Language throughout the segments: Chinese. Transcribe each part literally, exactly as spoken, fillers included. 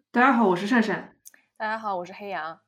大家好，我是善善。 大家好，我是黑羊。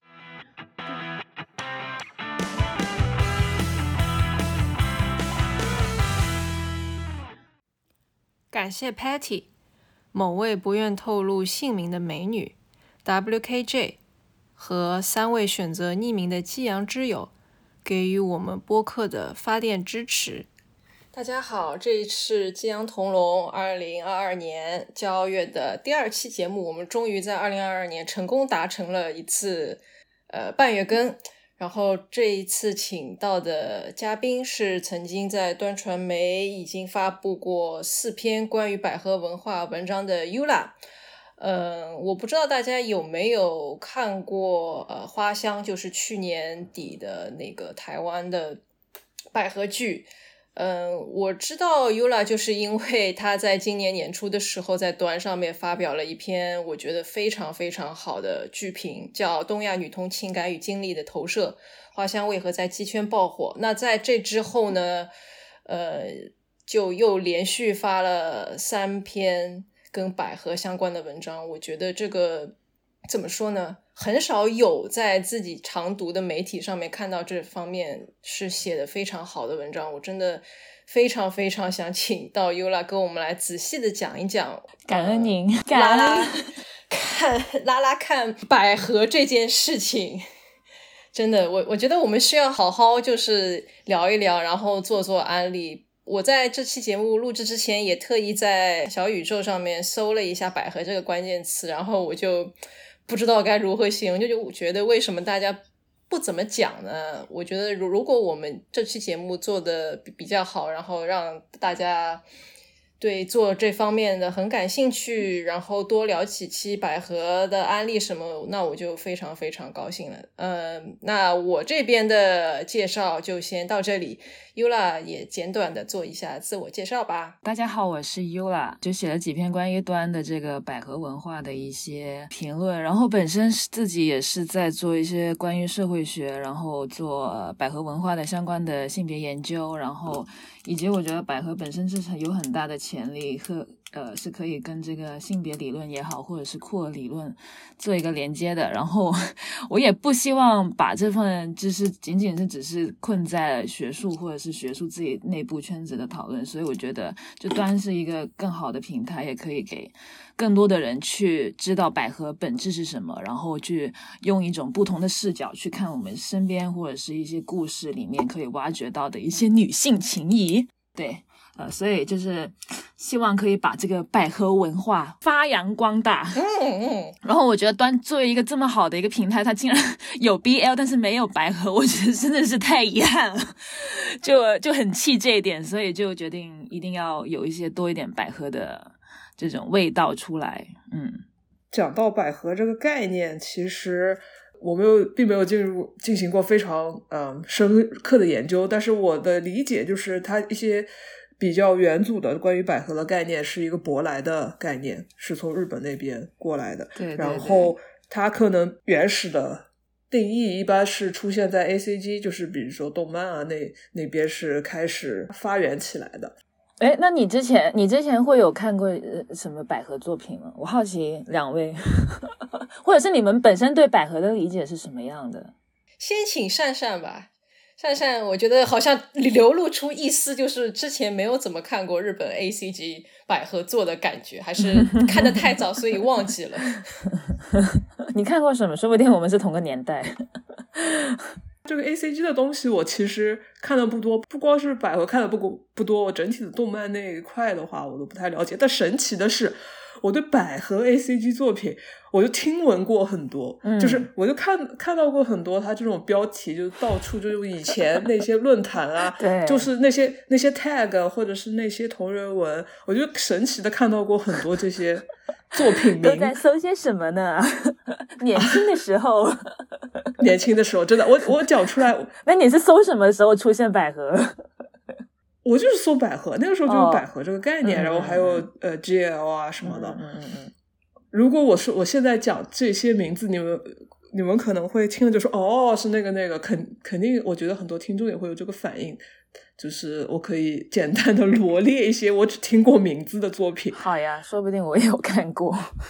感谢 Patty 某位不愿透露姓名的美女 W K J 和三位选择匿名的激扬之友给予我们播客的发电支持。大家好，这一次激扬同龙二零二二年骄傲月的第二期节目，我们终于在二零二二年成功达成了一次呃半月更。然后这一次请到的嘉宾是曾经在端传媒已经发布过四篇关于百合文化文章的 Yula。呃，我不知道大家有没有看过呃花香，就是去年底的那个台湾的百合剧。嗯、呃，我知道 Yula 就是因为他在今年年初的时候在端上面发表了一篇我觉得非常非常好的剧评，叫《东亚女童情感与经历的投射：花香为何在鸡圈爆火》。那在这之后呢，呃，就又连续发了三篇跟百合相关的文章。我觉得这个怎么说呢，很少有在自己常读的媒体上面看到这方面是写的非常好的文章。我真的非常非常想请到 Yula 跟我们来仔细的讲一讲， 感恩您、 呃、 感恩拉拉看拉拉看百合这件事情。真的，我我觉得我们需要好好就是聊一聊，然后做做安利。我在这期节目录制之前也特意在小宇宙上面搜了一下百合这个关键词，然后我就不知道该如何形容，就就觉得为什么大家不怎么讲呢？我觉得如如果我们这期节目做的比较好，然后让大家对做这方面的很感兴趣，然后多聊几期百合的案例什么，那我就非常非常高兴了。嗯、呃，那我这边的介绍就先到这里。Yula 也简短的做一下自我介绍吧。 大家好，我是 Yula， 就写了几篇关于端的这个百合文化的一些评论，然后本身自己也是在做一些关于社会学，然后做百合文化的相关的性别研究，然后以及我觉得百合本身是有很大的潜力和呃是可以跟这个性别理论也好，或者是酷儿理论做一个连接的。然后我也不希望把这份知识仅仅是只是困在学术或者是学术自己内部圈子的讨论，所以我觉得就端是一个更好的平台，也可以给更多的人去知道百合本质是什么，然后去用一种不同的视角去看我们身边或者是一些故事里面可以挖掘到的一些女性情谊。对，呃，所以就是希望可以把这个百合文化发扬光大。 嗯嗯。 然后我觉得端作为一个这么好的一个平台，它竟然有 B L 但是没有百合，我觉得真的是太遗憾了，就就很气这一点，所以就决定一定要有一些多一点百合的这种味道出来。嗯， 讲到百合这个概念，其实我没有并没有进入进行过非常嗯深刻的研究，但是我的理解就是它一些比较元祖的关于百合的概念是一个舶来的概念，是从日本那边过来的。 对对对， 然后它可能原始的定义一般是出现在 A C G， 就是比如说动漫啊那那边是开始发源起来的。 哎，那你之前你之前会有看过什么百合作品吗？我好奇两位或者是你们本身对百合的理解是什么样的？ 先请善善吧。善善我觉得好像流露出一丝就是之前没有怎么看过日本 A C G 百合作的感觉，还是看得太早所以忘记了。 你看过什么？说不定我们是同个年代。 这个 A C G 的东西我其实看的不多，不光是百合看的不不多，我整体的动漫那一块的话我都不太了解。但神奇的是我对百合 A C G 作品我就听闻过很多、嗯、就是我就看看到过很多它这种标题，就到处就是以前那些论坛啊对， 就是那些那些 tag 或者是那些同人文，我就神奇的看到过很多这些作品名。 都在搜些什么呢？年轻的时候年轻的时候真的我我讲出来。 那你是搜什么时候出现百合？ 我就是搜百合，那个时候就有百合这个概念、哦、然后还有、嗯、呃 G L 啊什么的。 嗯嗯嗯。 如果我说我现在讲这些名字，你们你们可能会听了就说哦是那个那个，肯肯定我觉得很多听众也会有这个反应，就是我可以简单的罗列一些我只听过名字的作品。 好呀，说不定我也有看过。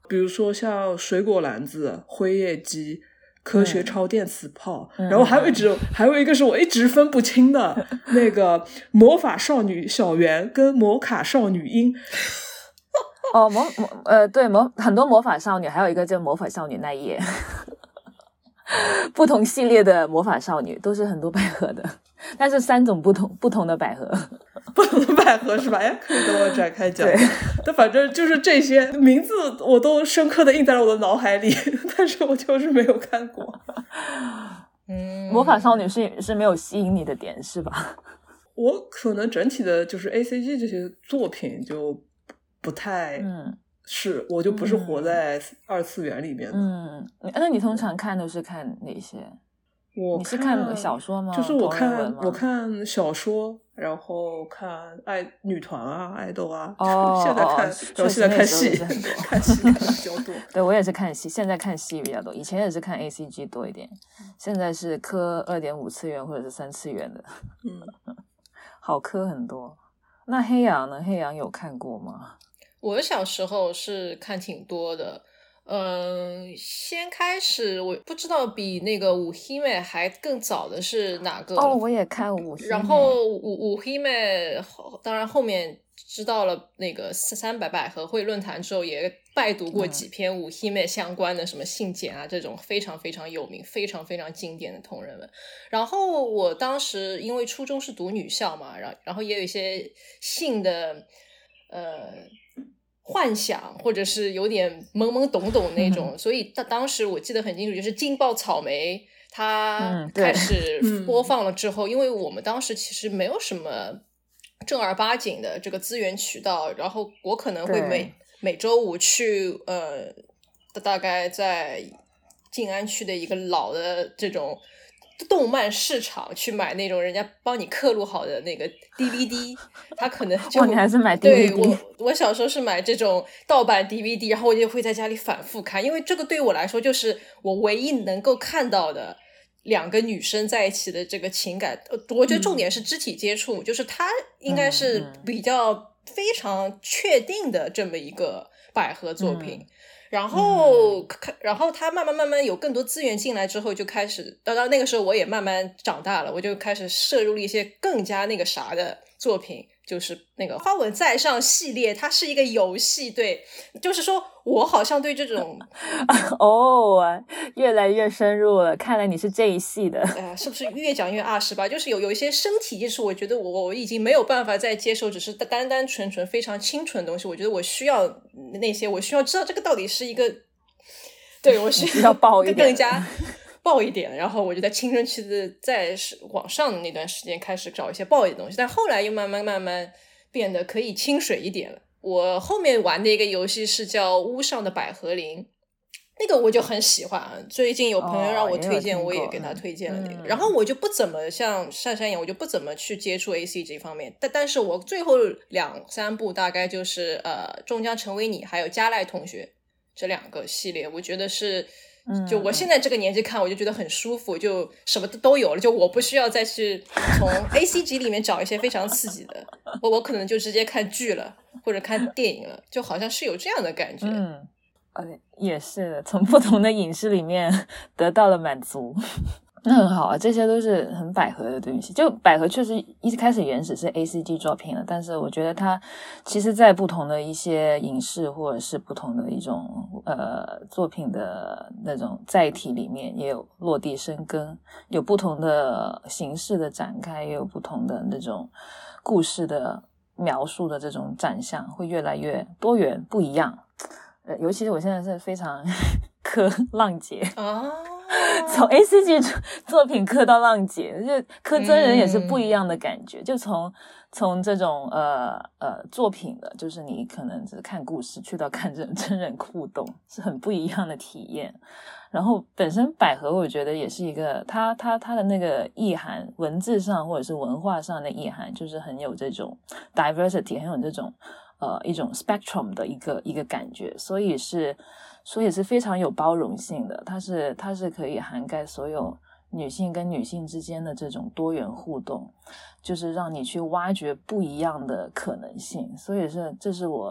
比如说像水果篮子、辉夜姬、科学超电磁炮、嗯、然后还有一直、嗯、还有一个是我一直分不清的那个魔法少女小圆跟魔卡少女樱。 哦，魔魔呃，对魔很多魔法少女，还有一个叫魔法少女奈叶，不同系列的魔法少女都是很多百合的，但是三种不同不同的百合， 不同的百合是吧？哎，可以跟我展开讲。但反正就是这些名字我都深刻的印在了我的脑海里，但是我就是没有看过。 嗯，魔法少女是是没有吸引你的点是吧？ 我可能整体的就是 A C G 这些作品就不太嗯是，我就不是活在二次元里面的。 嗯，那你通常看都是看哪些？ 我你是看小说吗？ 就是我看我看小说，然后看爱女团啊、爱豆啊。 哦， 现在看， 哦、 然后现在看戏，看戏看的比较多。 对，我也是看戏，现在看戏比较多，以前也是看 A C G 多一点，现在是磕二点五次元或者是三次元的。 嗯， 好磕很多。那黑羊呢？黑羊有看过吗？ 我小时候是看挺多的。嗯，先开始我不知道比那个五姫妹还更早的是哪个哦，我也看五姫妹。 然后五五姫妹，当然后面知道了那个三百百合会论坛之后，也拜读过几篇五姫妹相关的什么信简啊、嗯、这种非常非常有名、非常非常经典的同人文。然后我当时因为初中是读女校嘛，然后然后也有一些性的呃。幻想或者是有点懵懵懂懂那种、嗯、所以当时我记得很清楚，就是劲爆草莓它开始播放了之后、嗯、因为我们当时其实没有什么正儿八经的这个资源渠道，然后我可能会每每周五去呃大概在静安区的一个老的这种动漫市场去买那种人家帮你刻录好的那个 D V D， 他可能就你还是买 D V D？ 对，我我小时候是买这种盗版 D V D， 然后我就会在家里反复看，因为这个对我来说就是我唯一能够看到的两个女生在一起的这个情感。我觉得重点是肢体接触、嗯、就是它应该是比较非常确定的这么一个百合作品。嗯然后、嗯、然后他慢慢慢慢有更多资源进来之后，就开始到到那个时候我也慢慢长大了，我就开始摄入了一些更加那个啥的作品，就是那个花纹在上系列，它是一个游戏。对，就是说我好像对这种哦，越来越深入了，看来你是这一系的。 哎呀，是不是越讲越二十吧？就是有有一些身体接触，我觉得我我已经没有办法再接受只是单单纯纯非常清纯的东西，我觉得我需要那些，我需要知道这个到底是一个，对，我需要爆一点， 更加爆一点。然后我就在青春期的在往上的那段时间开始找一些爆一点的东西，但后来又慢慢慢慢变得可以清水一点了。我后面玩的一个游戏是叫屋上的百合林，那个我就很喜欢，最近有朋友让我推荐、哦、也我也给他推荐了那个、嗯、然后我就不怎么像珊珊一样，我就不怎么去接触 A C G 方面，但但是我最后两三部大概就是呃终将成为你还有加赖同学这两个系列，我觉得是就我现在这个年纪看我就觉得很舒服，就什么都有了，就我不需要再去从 A C G 里面找一些非常刺激的我我可能就直接看剧了或者看电影了，就好像是有这样的感觉。 嗯，呃，也是的，从不同的影视里面得到了满足那很好啊，这些都是很百合的东西。就百合确实一开始原始是 A C G 作品了，但是我觉得它其实在不同的一些影视或者是不同的一种呃作品的那种载体里面也有落地生根，有不同的形式的展开，也有不同的那种故事的描述的这种展象，会越来越多元不一样。呃，尤其是我现在是非常磕浪姐哦， 从 A C G 作品磕到浪姐，就磕真人也是不一样的感觉。嗯、就从从这种呃呃作品的，就是你可能只是看故事，去到看这种真人互动，是很不一样的体验。然后本身百合，我觉得也是一个，它它它的那个意涵，文字上或者是文化上的意涵，就是很有这种 diversity， 很有这种。呃，一种 spectrum 的一个一个感觉，所以是，所以是非常有包容性的。它是它是可以涵盖所有女性跟女性之间的这种多元互动，就是让你去挖掘不一样的可能性。所以是，这是我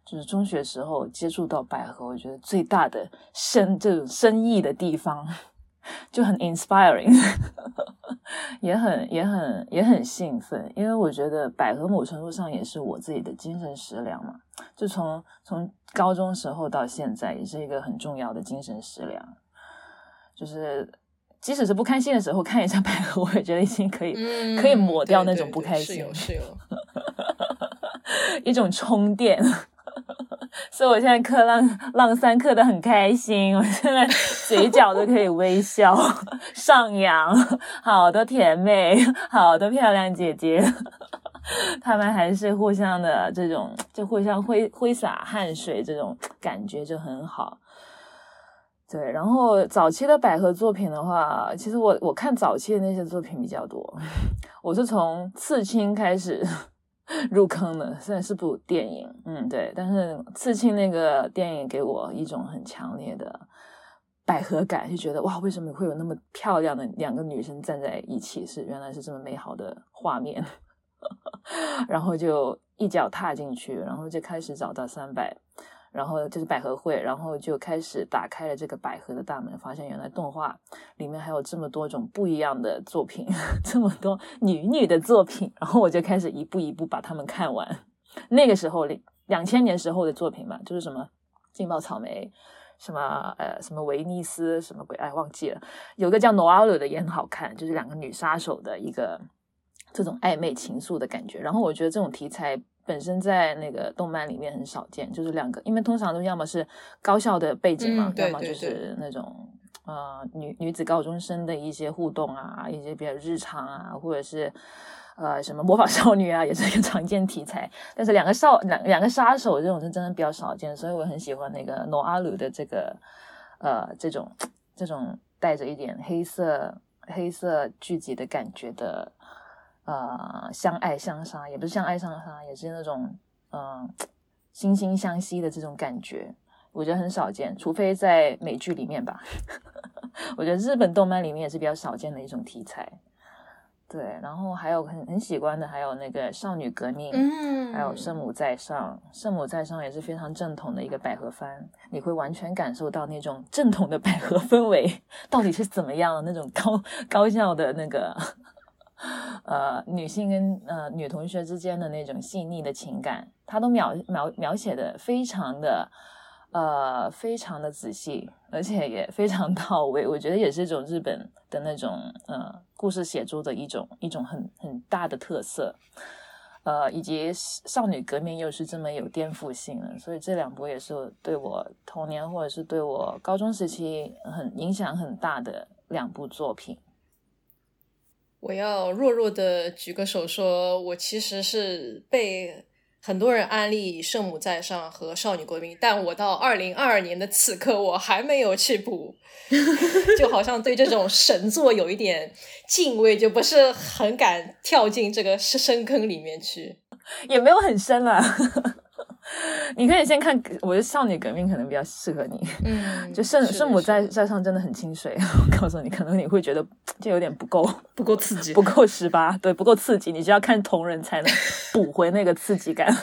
就是中学时候接触到百合，我觉得最大的深这种深意的地方，就很 inspiring 也很也很也很兴奋，因为我觉得百合某程度上也是我自己的精神食粮嘛，就从从高中时候到现在也是一个很重要的精神食粮，就是即使是不开心的时候看一下百合，我也觉得已经可以、嗯、可以抹掉那种不开心， 对对对是有是有一种充电所以我现在嗑浪浪三嗑得很开心，我现在嘴角都可以微笑上扬，好的甜妹，好的漂亮姐姐他们还是互相的这种就互相挥挥洒汗水，这种感觉就很好。对，然后早期的百合作品的话，其实我我看早期的那些作品比较多，我是从刺青开始入坑的，虽然是部电影，嗯，对，但是刺青那个电影给我一种很强烈的百合感，就觉得哇，为什么会有那么漂亮的两个女生站在一起，是原来是这么美好的画面然后就一脚踏进去，然后就开始找到三百，然后就是百合会，然后就开始打开了这个百合的大门，发现原来动画里面还有这么多种不一样的作品，这么多女女的作品，然后我就开始一步一步把它们看完。那个时候两千年时候的作品嘛，就是什么劲爆草莓，什么呃什么维尼斯什么鬼，哎忘记了，有个叫 Noir 的也很好看，就是两个女杀手的一个这种暧昧情愫的感觉。然后我觉得这种题材本身在那个动漫里面很少见，就是两个，因为通常都要么是高校的背景嘛， 嗯、对要么就是那种呃女女子高中生的一些互动啊，一些比较日常啊，或者是呃什么魔法少女啊，也是一个常见题材。但是两个少两两个杀手这种是真的比较少见，所以我很喜欢那个诺阿鲁的这个呃这种这种带着一点黑色黑色聚集的感觉的。呃，相爱相杀，也不是相爱相杀，也是那种嗯、呃、惺惺相惜的这种感觉，我觉得很少见，除非在美剧里面吧我觉得日本动漫里面也是比较少见的一种题材。对，然后还有很很喜欢的还有那个少女革命， 嗯， 还有圣母在上，圣母在上也是非常正统的一个百合番，你会完全感受到那种正统的百合氛围到底是怎么样的，那种高高校的那个呃，女性跟呃女同学之间的那种细腻的情感，她都描描描写的非常的呃非常的仔细，而且也非常到位。我觉得也是一种日本的那种呃故事写作的一种一种很很大的特色，呃，以及少女革命又是这么有颠覆性的，所以这两部也是对我童年或者是对我高中时期很影响很大的两部作品。 我要弱弱的举个手说，我其实是被很多人安利圣母在上和少女革命，但我到二零二二年的此刻我还没有去补就好像对这种神作有一点敬畏，就不是很敢跳进这个深坑里面去。 也没有很深啦你可以先看，我觉得少女革命可能比较适合你。 嗯， 就圣圣母在在上真的很清水，我告诉你，可能你会觉得就有点不够不够刺激， 不够十八，对，不够刺激，你就要看同人才能补回那个刺激感。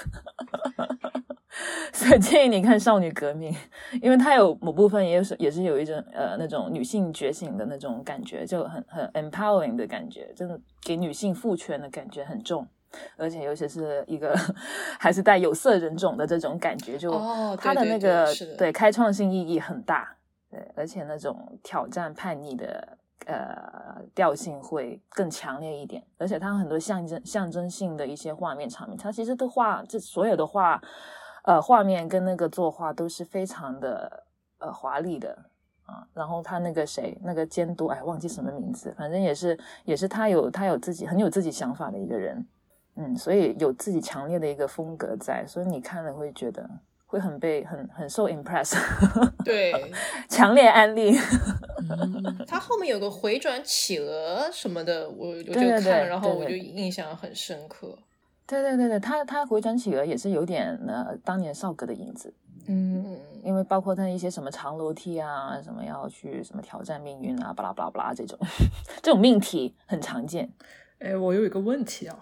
所以建议你看少女革命，因为它有某部分也是也是有一种呃那种女性觉醒的那种感觉，就很很 empowering 的感觉，真的给女性赋权的感觉很重。而且尤其是一个还是带有色人种的这种感觉，就它的那个、 哦、对, 对, 对, 对开创性意义很大，对，而且那种挑战叛逆的呃调性会更强烈一点，而且它很多象征象征性的一些画面场面，它其实的画这所有的画呃画面跟那个作画都是非常的呃华丽的啊，然后他那个谁那个监督哎忘记什么名字，反正也是也是他有他有自己很有自己想法的一个人。嗯，所以有自己强烈的一个风格在，所以你看了会觉得会很被很很受 impress。 对， 强烈安利。 嗯，他后面有个回转企鹅什么的，我我就看， 对对对， 然后我就印象很深刻。 对对对对，他他回转企鹅也是有点呃当年少格的影子。 嗯， 因为包括他一些什么长楼梯啊，什么要去什么挑战命运啊，巴拉巴拉巴拉这种这种命题很常见。 哎，我有一个问题啊。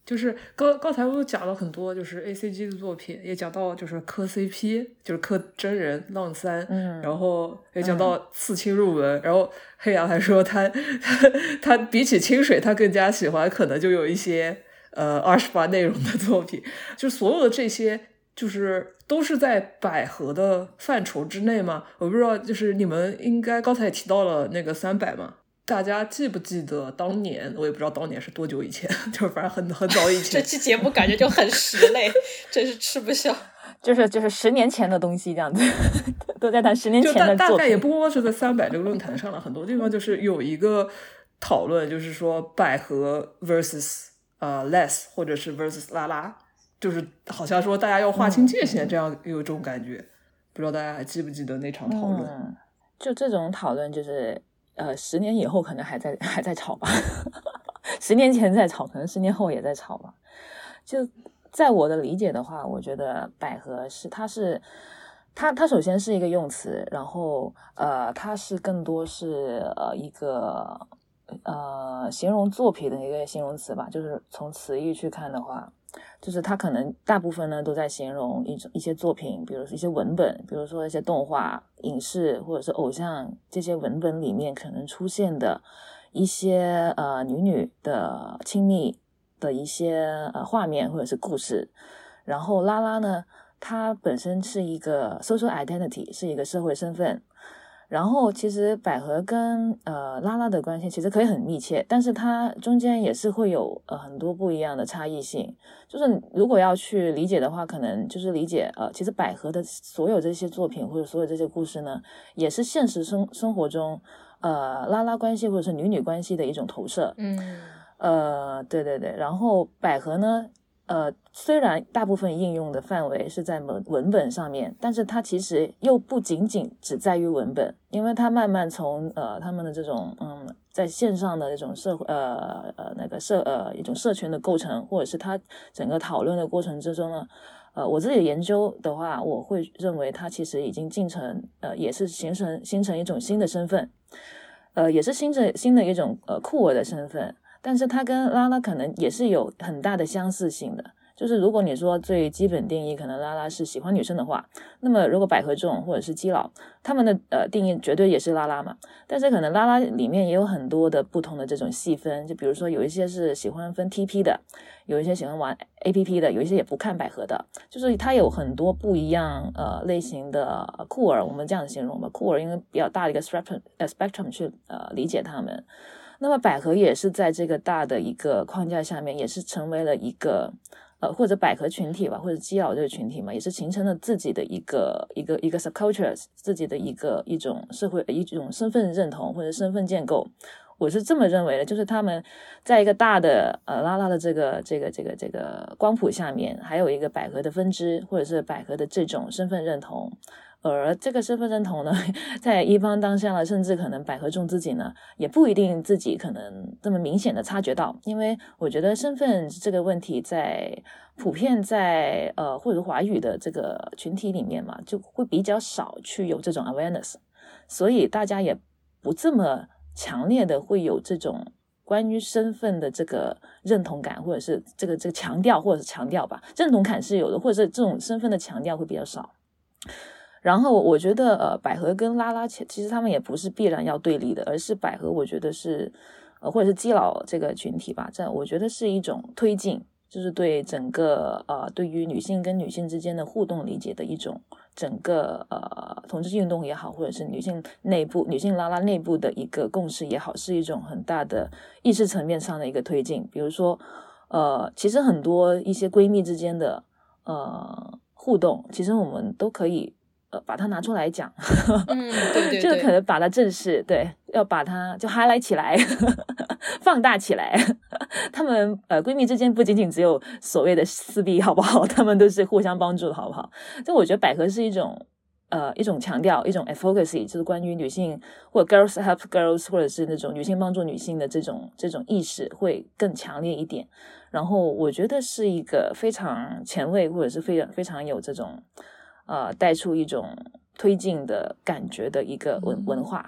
就是刚刚才我有讲了很多，就是 A C G 的作品，也讲到就是磕 C P， 就是磕真人浪三， 嗯， 然后也讲到刺青入文，嗯、然后黑羊还说他他他比起清水，他更加喜欢可能就有一些呃二十八内容的作品，就所有的这些就是都是在百合的范畴之内嘛。我不知道，就是你们应该刚才也提到了那个三百嘛。大家记不记得当年，我也不知道当年是多久以前，就是反正很很早以前。 这期节目感觉就很实类，真是吃不消。 就是就是十年前的东西这样子，都在谈十年前的作品。 就大大概也不光是在三百这个论坛上了，很多地方就是有一个讨论，就是说百合 versus 呃 less 或者是 versus 拉拉，就是好像说大家要划清界限，这样有一种感觉。嗯、不知道大家还记不记得那场讨论？ 嗯、就这种讨论就是。呃，十年以后可能还在还在吵吧，十年前在吵，可能十年后也在吵吧。就在我的理解的话，我觉得百合是它是它它首先是一个用词，然后呃，它是更多是呃一个呃形容作品的一个形容词吧，就是从词义去看的话。就是它可能大部分呢都在形容一种一些作品，比如说一些文本，比如说一些动画、影视或者是偶像这些文本里面可能出现的一些呃女女的亲密的一些呃画面或者是故事。然后拉拉呢，它本身是一个 social identity， 是一个社会身份。然后其实百合跟呃拉拉的关系其实可以很密切，但是它中间也是会有呃很多不一样的差异性。就是如果要去理解的话，可能就是理解呃其实百合的所有这些作品或者所有这些故事呢，也是现实生生活中呃拉拉关系或者是女女关系的一种投射。 嗯， 呃对对对，然后百合呢。呃，虽然大部分应用的范围是在文文本上面，但是它其实又不仅仅只在于文本，因为它慢慢从呃他们的这种嗯在线上的这种社会呃呃那个社呃一种社群的构成，或者是它整个讨论的过程之中呢，呃我自己的研究的话，我会认为它其实已经进程呃也是形成形成一种新的身份，呃也是新的新的一种呃酷儿的身份。但是它跟拉拉可能也是有很大的相似性的，就是如果你说最基本定义可能拉拉是喜欢女生的话，那么如果百合这种或者是基佬他们的呃定义绝对也是拉拉嘛，但是可能拉拉里面也有很多的不同的这种细分，就比如说有一些是喜欢分 T P 的，有一些喜欢玩 A P P 的，有一些也不看百合的，就是它有很多不一样呃类型的酷儿，我们这样形容吧，酷儿因为比较大的一个 spectrum spectrum 去呃理解他们。那么百合也是在这个大的一个框架下面，也是成为了一个呃或者百合群体吧，或者基佬这个群体嘛，也是形成了自己的一个一个一个 subculture， 自己的一个一种社会一种身份认同或者身份建构。我是这么认为的，就是他们在一个大的呃拉拉的这个这个这个这个光谱下面，还有一个百合的分支，或者是百合的这种身份认同。而这个身份认同呢，在一方当下呢，甚至可能百合众自己呢，也不一定自己可能这么明显的察觉到，因为我觉得身份这个问题在普遍在呃或者华语的这个群体里面嘛，就会比较少去有这种 awareness， 所以大家也不这么强烈的会有这种关于身份的这个认同感，或者是这个这个强调，或者是强调吧，认同感是有的，或者是这种身份的强调会比较少。然后我觉得呃，百合跟拉拉其实他们也不是必然要对立的，而是百合我觉得是呃或者是基佬这个群体吧，这我觉得是一种推进，就是对整个呃对于女性跟女性之间的互动理解的一种整个呃同志运动也好，或者是女性内部女性拉拉内部的一个共识也好，是一种很大的意识层面上的一个推进。比如说呃其实很多一些闺蜜之间的呃互动，其实我们都可以呃，把它拿出来讲， 嗯，对对对， 就可能把它正视，对，要把它就 highlight 起来，放大起来。她们呃闺蜜之间不仅仅只有所谓的撕逼，好不好？她们都是互相帮助的，好不好？就我觉得百合是一种呃一种强调，一种 advocacy， 就是关于女性或者 girls help girls， 或者是那种女性帮助女性的这种这种意识会更强烈一点。然后我觉得是一个非常前卫，或者是非常非常有这种。呃，带出一种推进的感觉的一个文文化，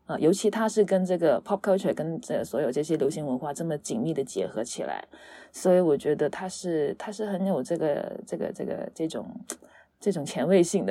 呃，尤其它是跟这个 pop culture 跟这所有这些流行文化这么紧密的结合起来，所以我觉得它是它是很有这个这个这个这种这种前卫性的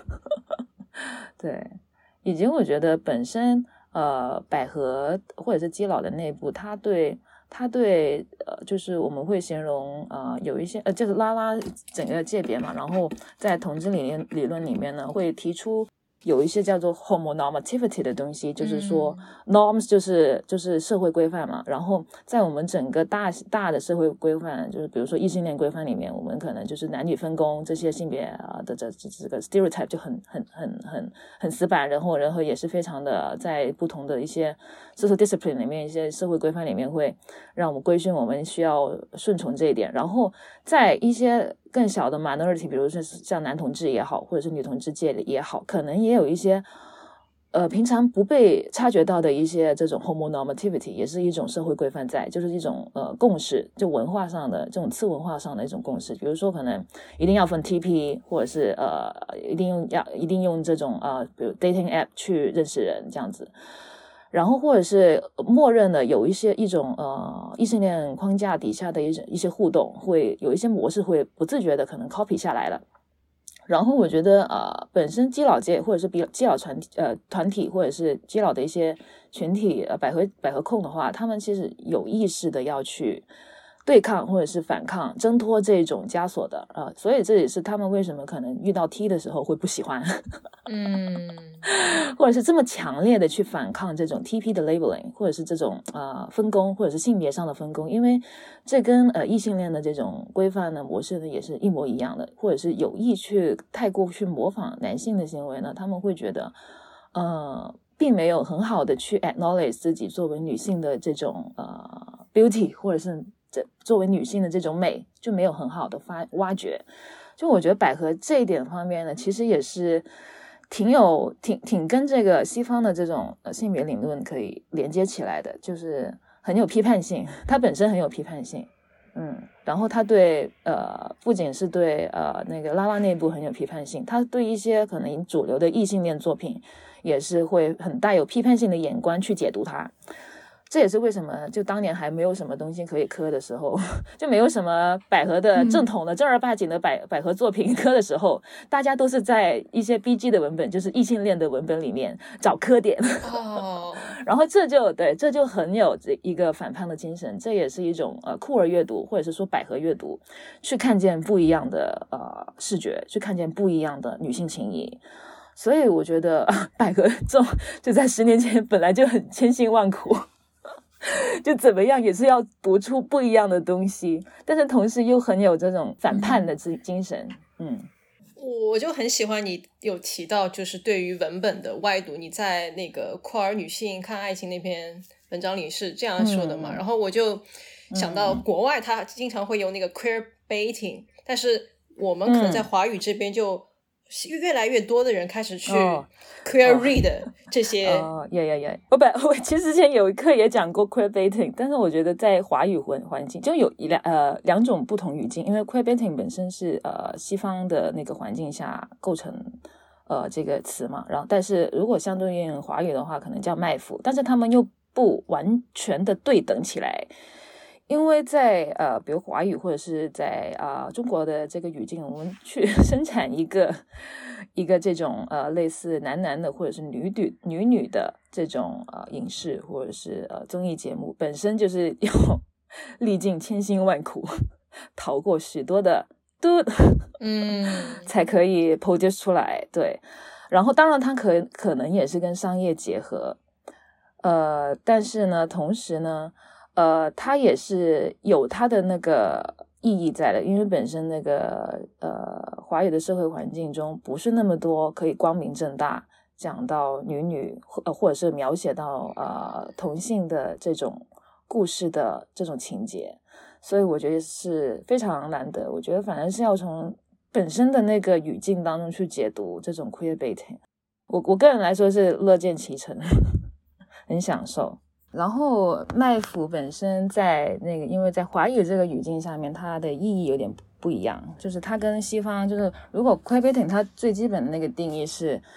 对，以及我觉得本身呃百合或者是基佬的内部，它对它对呃就是我们会形容呃有一些呃就是拉拉整个界别嘛，然后在同志理念理论里面呢会提出有一些叫做 homonormativity 的东西，就是说 norms 就是就是社会规范嘛，然后在我们整个大大的社会规范，就是比如说异性恋规范里面，我们可能就是男女分工这些性别啊的这这个 stereotype 就很很很很很死板，然后然后也是非常的在不同的一些 social discipline 里面一些社会规范里面会让我们规训我们需要顺从这一点，然后在一些更小的 minority， 比如说像男同志也好，或者是女同志界也好，可能也有一些呃平常不被察觉到的一些这种 homonormativity， 也是一种社会规范在，就是一种呃共识，就文化上的这种次文化上的一种共识，比如说可能一定要分 T P， 或者是呃一定用要一定用这种呃比如 dating app 去认识人这样子。然后或者是默认的有一些一种呃异性恋框架底下的一些一些互动，会有一些模式会不自觉的可能 copy 下来了。然后我觉得呃本身基佬界或者是比基佬团呃团体或者是基佬的一些群体呃百合百合控的话，他们其实有意识的要去对抗或者是反抗挣脱这种枷锁的啊、呃，所以这也是他们为什么可能遇到 T 的时候会不喜欢嗯， 或者是这么强烈的去反抗这种 T P 的 labeling， 或者是这种呃分工或者是性别上的分工，因为这跟呃异性恋的这种规范的模式呢也是一模一样的，或者是有意去太过去模仿男性的行为呢，他们会觉得呃并没有很好的去 acknowledge 自己作为女性的这种呃 beauty， 或者是作为女性的这种美，就没有很好的发挖掘。就我觉得百合这一点方面呢，其实也是挺有挺挺跟这个西方的这种呃性别理论可以连接起来的，就是很有批判性，它本身很有批判性，嗯，然后它对呃不仅是对呃那个拉拉内部很有批判性，它对一些可能主流的异性恋作品也是会很带有批判性的眼光去解读它。这也是为什么就当年还没有什么东西可以磕的时候，就没有什么百合的正统的正儿八经的百百合作品磕的时候，大家都是在一些 B G 的文本，就是异性恋的文本里面找磕点。 哦， 然后这就对，这就很有这一个反叛的精神，这也是一种呃酷儿阅读或者是说百合阅读，去看见不一样的呃视觉，去看见不一样的女性情谊。所以我觉得、呃、百合这种就在十年前本来就很千辛万苦。就怎么样也是要读出不一样的东西，但是同时又很有这种反叛的精神。嗯， 我就很喜欢你有提到就是对于文本的外读，你在那个酷儿女性看爱情那篇文章里是这样说的嘛、嗯、然后我就想到国外他经常会用那个 queer baiting、嗯、但是我们可能在华语这边就越来越多的人开始去 queer read、哦、这些哦，也也也，我本我其实之前有一课也讲过 queer baiting， 但是我觉得在华语环环境就有一两呃两种不同语境，因为 queer baiting 本身是呃西方的那个环境下构成呃这个词嘛，然后但是如果相对应华语的话，可能叫卖腐，但是他们又不完全的对等起来。因为在呃，比如华语或者是在啊、呃、中国的这个语境，我们去生产一个一个这种呃类似男男的或者是女女女女的这种呃影视或者是呃综艺节目，本身就是要历尽千辛万苦，逃过许多的嘟， 嗯， 才可以 produce 出来。对，然后当然它可可能也是跟商业结合，呃，但是呢，同时呢。呃，它也是有它的那个意义在的，因为本身那个呃华语的社会环境中不是那么多可以光明正大讲到女女或或者是描写到呃同性的这种故事的这种情节，所以我觉得是非常难得。我觉得反而是要从本身的那个语境当中去解读这种 queer baiting， 我我个人来说是乐见其成，很享受。然后卖腐本身在那个因为在华语这个语境下面，它的意义有点不一样，就是它跟西方就是如果 queer baiting 它最基本的那个定义是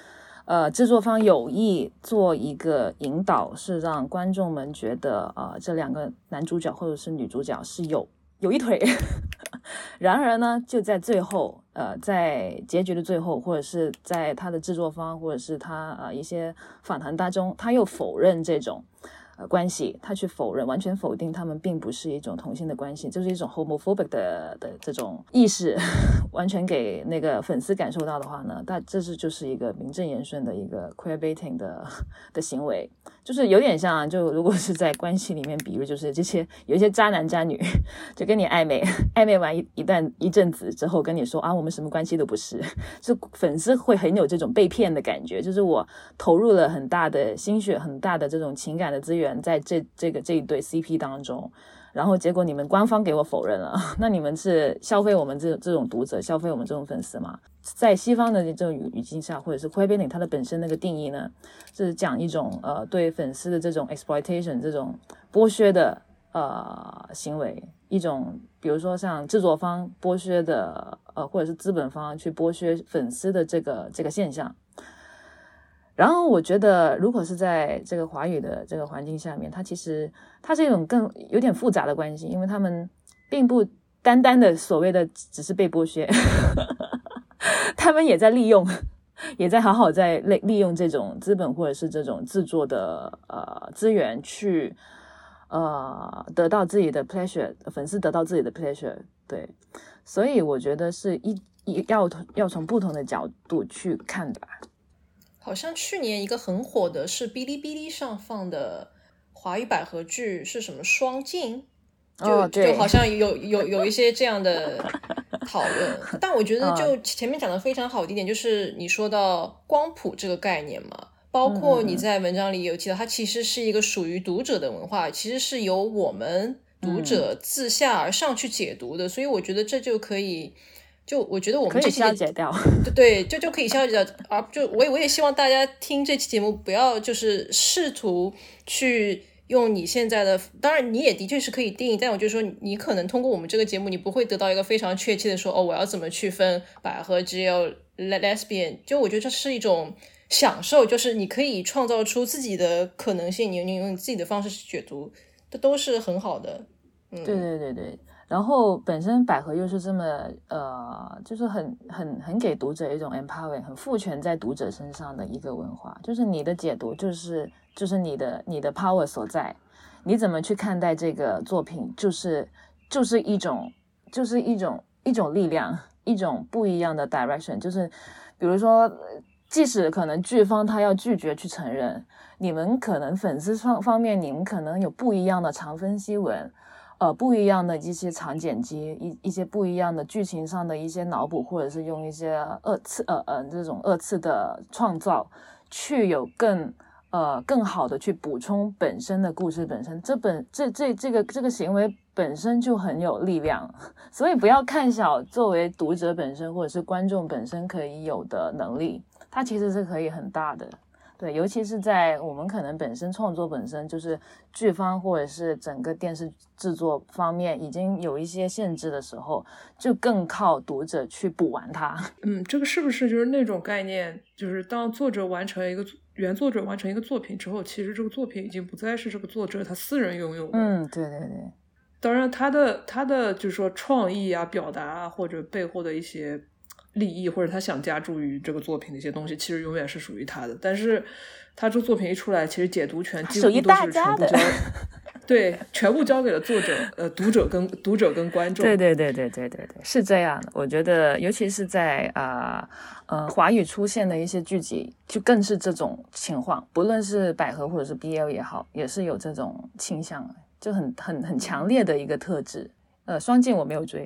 呃，制作方有意做一个引导，是让观众们觉得呃这两个男主角或者是女主角是有有一腿。然而呢，就在最后，呃，在结局的最后，或者是在他的制作方，或者是他呃一些访谈当中，他又否认这种呃关系，他去否认，完全否定他们并不是一种同性的关系，就是一种 homophobic 的的这种意识，完全给那个粉丝感受到的话呢，但这是就是一个名正言顺的一个 queerbaiting 的的行为，就是有点像，就如果是在关系里面，比如就是这些有一些渣男渣女，就跟你暧昧，暧昧完一一段一阵子之后跟你说啊，我们什么关系都不是，就粉丝会很有这种被骗的感觉，就是我投入了很大的心血，很大的这种情感的资源在这这个这一对 C P 当中，然后结果你们官方给我否认了，那你们是消费我们这这种读者，消费我们这种粉丝吗？在西方的这种语境下，或者是 queerbaiting 它的本身那个定义呢，是讲一种呃对粉丝的这种 exploitation 这种剥削的呃行为，一种比如说像制作方剥削的呃或者是资本方去剥削粉丝的这个这个现象。然后我觉得如果是在这个华语的这个环境下面，它其实它是一种更有点复杂的关系，因为他们并不单单的所谓的只是被剥削他们也在利用，也在好好在利用这种资本或者是这种制作的呃资源去呃得到自己的 pleasure， 粉丝得到自己的 pleasure， 对，所以我觉得是一一要要从不同的角度去看的吧。 好像去年一个很火的是哔哩哔哩上放的华语百合剧是什么双镜，就、 哦、对就好像有有有一些这样的讨论。但我觉得就前面讲的非常好的一点就是你说到光谱这个概念嘛，包括你在文章里有提到它其实是一个属于读者的文化，其实是由我们读者自下而上去解读的、嗯、所以我觉得这就可以就我觉得我们这期可以消解掉， 对，就就可以消解掉。而就我也我也希望大家听这期节目，不要就是试图去用你现在的，当然你也的确是可以定义，但我就说你可能通过我们这个节目，你不会得到一个非常确切的说哦，我要怎么区分百合 G L lesbian。就我觉得这是一种享受，就是你可以创造出自己的可能性，你你用你自己的方式去解读，这都是很好的。嗯， 对对对对。然后本身百合又是这么呃，就是很很很给读者一种 empowering， 很赋权在读者身上的一个文化，就是你的解读就是就是你的你的 power 所在，你怎么去看待这个作品，就是就是一种就是一种一种力量，一种不一样的 direction， 就是比如说，即使可能剧方他要拒绝去承认，你们可能粉丝方方面你们可能有不一样的长分析文。呃，不一样的一些长剪辑，一一些不一样的剧情上的一些脑补，或者是用一些二次呃呃这种二次的创造，去有更呃更好的去补充本身的故事本身。这本这这这个这个行为本身就很有力量，所以不要看小作为读者本身或者是观众本身可以有的能力，它其实是可以很大的。对，尤其是在我们可能本身创作本身就是剧方或者是整个电视制作方面已经有一些限制的时候，就更靠读者去补完它。 嗯，这个是不是就是那种概念，就是当作者完成一个原作者完成一个作品之后，其实这个作品已经不再是这个作者他私人拥有的。 嗯，对对对。 当然他的他的就是说创意啊、表达啊，或者背后的一些利益或者他想加注于这个作品的一些东西，其实永远是属于他的。但是他这个作品一出来，其实解读权几乎都是全部交对全部交给了作者、呃读者跟读者跟观众。 对对对对对对对，是这样的。我觉得尤其是在啊 呃, 呃华语出现的一些剧集，就更是这种情况。不论是百合或者是 B L 也好，也是有这种倾向，就很很很强烈的一个特质。呃，双镜我没有追。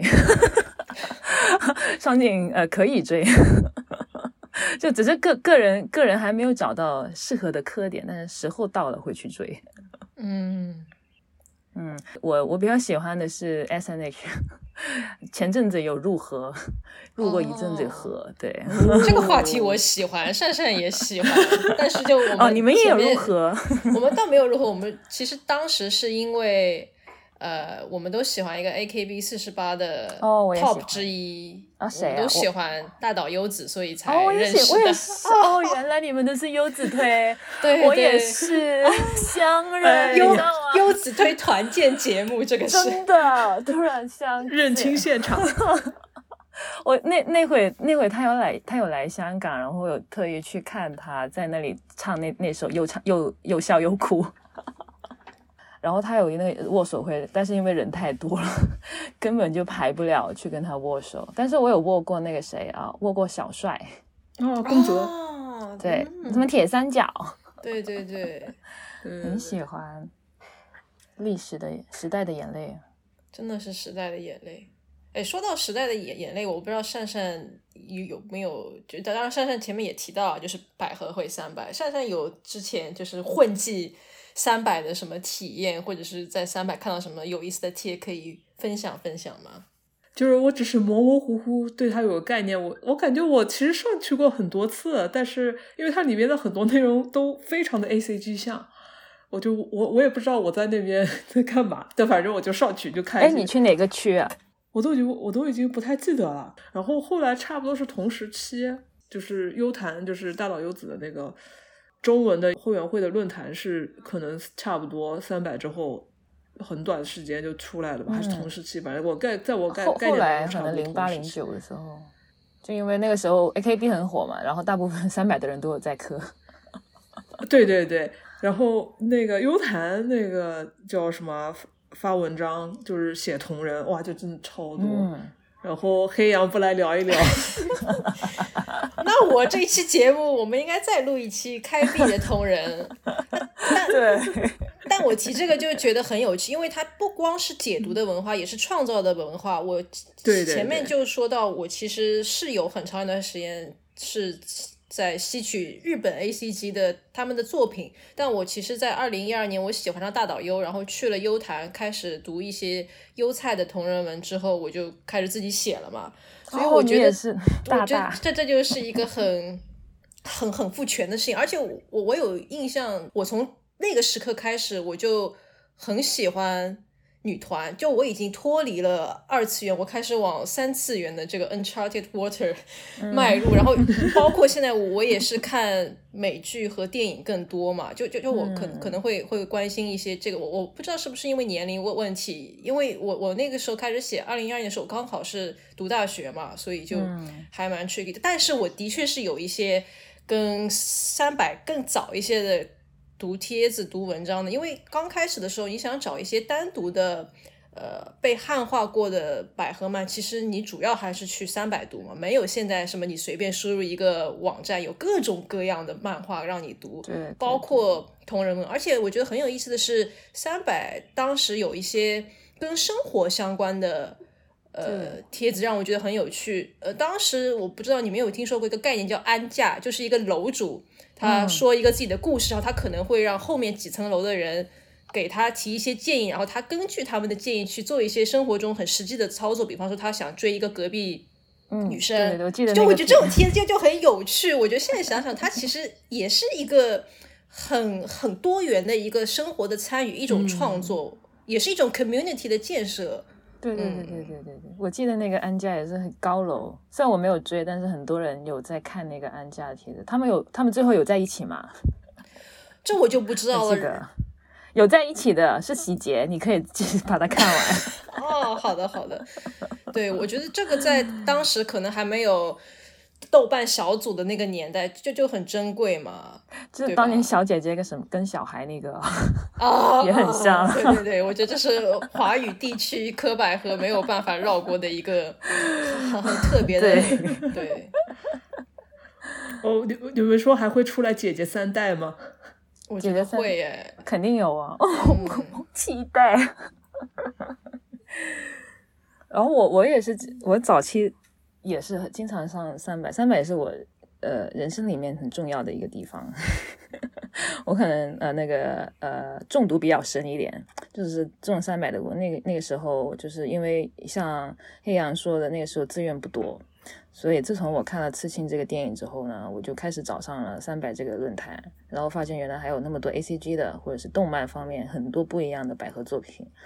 双镜呃可以追，就只是个个人个人还没有找到适合的磕点，但是时候到了会去追。 嗯嗯，我我比较喜欢的是 S N H， 前阵子有入河，入过一阵子河，哦、对。 这个话题我喜欢，善善也喜欢，但是就我们哦，你们也有入河， 我们倒没有入河，我们其实当时是因为。 呃，我们都喜欢一个 A K B 四十八的哦我也喜欢 top 之一啊谁啊我们都喜欢大岛优子，所以才哦，我也认识的。 喜我也是哦，原来你们都是优子推， 对我也对是相认， 呃优你知道吗？ 优子推团建节目，这个是真的突然相见认亲现场。 我那那会那会他有来他有来香港，然后我有特意去看他在那里唱那那首又唱又又笑又哭。然后他有那个握手会，但是因为人太多了，根本就排不了去跟他握手。但是我有握过那个谁啊，握过小帅， 哦，宫泽， 哦对， 嗯什么铁三角， 对对对， 很喜欢。历史的时代的眼泪， 真的是时代的眼泪。哎，说到时代的眼眼泪，我不知道善善有有没有，就当然善善前面也提到，就是百合会三百，善善有之前就是混迹三百的什么体验，或者是在三百看到什么有意思的帖可以分享分享吗？ 就是我只是模模糊糊对它有个概念，我我感觉我其实上去过很多次，但是因为它里面的很多内容都非常的 A C G 向，我就我我也不知道我在那边在干嘛，但反正我就上去就看。 哎，你去哪个区啊？ 我都已经我都已经不太记得了。然后后来差不多是同时期，就是优谈，就是大岛优子的那个中文的后援会的论坛是可能差不多三百之后很短的时间就出来了吧，嗯、还是同时期？反正我概在我概概念后来可能零八零九的时候，就因为那个时候 A K B 很火嘛，然后大部分三百的人都有在磕。 对对对，然后那个优谈那个叫什么？发文章就是写同人，哇，就真的超多。嗯、然后黑羊不来聊一聊， 那我这一期节目我们应该再录一期开闭的同人。但对， 但我提这个就觉得很有趣，因为它不光是解读的文化，也是创造的文化。我前面就说到，我其实是有很长一段时间是在吸取日本 A C G 的他们的作品，但我其实在二零一二年我喜欢上大岛优，然后去了优谈开始读一些优菜的同人文之后，我就开始自己写了嘛，所以我觉得、 哦、是大大我觉得这这就是一个很很很父权的事情。而且我我有印象，我从那个时刻开始我就很喜欢女团，就我已经脱离了二次元，我开始往三次元的这个 Uncharted Water 迈入、嗯、然后包括现在我也是看美剧和电影更多嘛，就就就我可能、嗯、可能会会关心一些这个，我我不知道是不是因为年龄问问题，因为我我那个时候开始写二零一二年的时候刚好是读大学嘛，所以就还蛮 tricky 的、嗯、但是我的确是有一些跟三百更早一些的读帖子读文章的，因为刚开始的时候你想找一些单独的呃被汉化过的百合漫，其实你主要还是去三百读嘛，没有现在什么你随便输入一个网站有各种各样的漫画让你读， 对，对包括同人文。而且我觉得很有意思的是，三百当时有一些跟生活相关的呃帖子让我觉得很有趣。呃，当时我不知道你们有听说过一个概念叫安价，就是一个楼主他说一个自己的故事，然后他可能会让后面几层楼的人给他提一些建议，然后他根据他们的建议去做一些生活中很实际的操作，比方说他想追一个隔壁女生、 嗯、对对我记得就我觉得这种帖子就就很有趣。我觉得现在想想它其实也是一个很很多元的一个生活的参与，一种创作、嗯、也是一种 community 的建设。 对对对对对对对、嗯，我记得那个安家也是很高楼，虽然我没有追，但是很多人有在看那个安家的帖子。他们有，他们最后有在一起吗？ 这我就不知道了。 有在一起的是喜结，你可以继续把它看完。 哦，好的好的。对，我觉得这个在当时可能还没有豆瓣小组的那个年代，就就很珍贵嘛。 就是当年小姐姐跟什么跟小孩那个啊， 也很像。 对对对，我觉得这是华语地区科百合没有办法绕过的一个很特别的。对。对哦，你你们说还会出来姐姐三代吗？ 我觉得会耶， 肯定有啊。哦，嗯、期待。然后我我也是，我早期也是经常上三百，三百也是我呃人生里面很重要的一个地方。我可能呃那个呃中毒比较深一点，就是中三百的我那个那个时候，就是因为像黑羊说的，那个时候资源不多，所以自从我看了《刺青》这个电影之后呢，我就开始找上了三百这个论坛，然后发现原来还有那么多 A C G 的或者是动漫方面很多不一样的百合作品。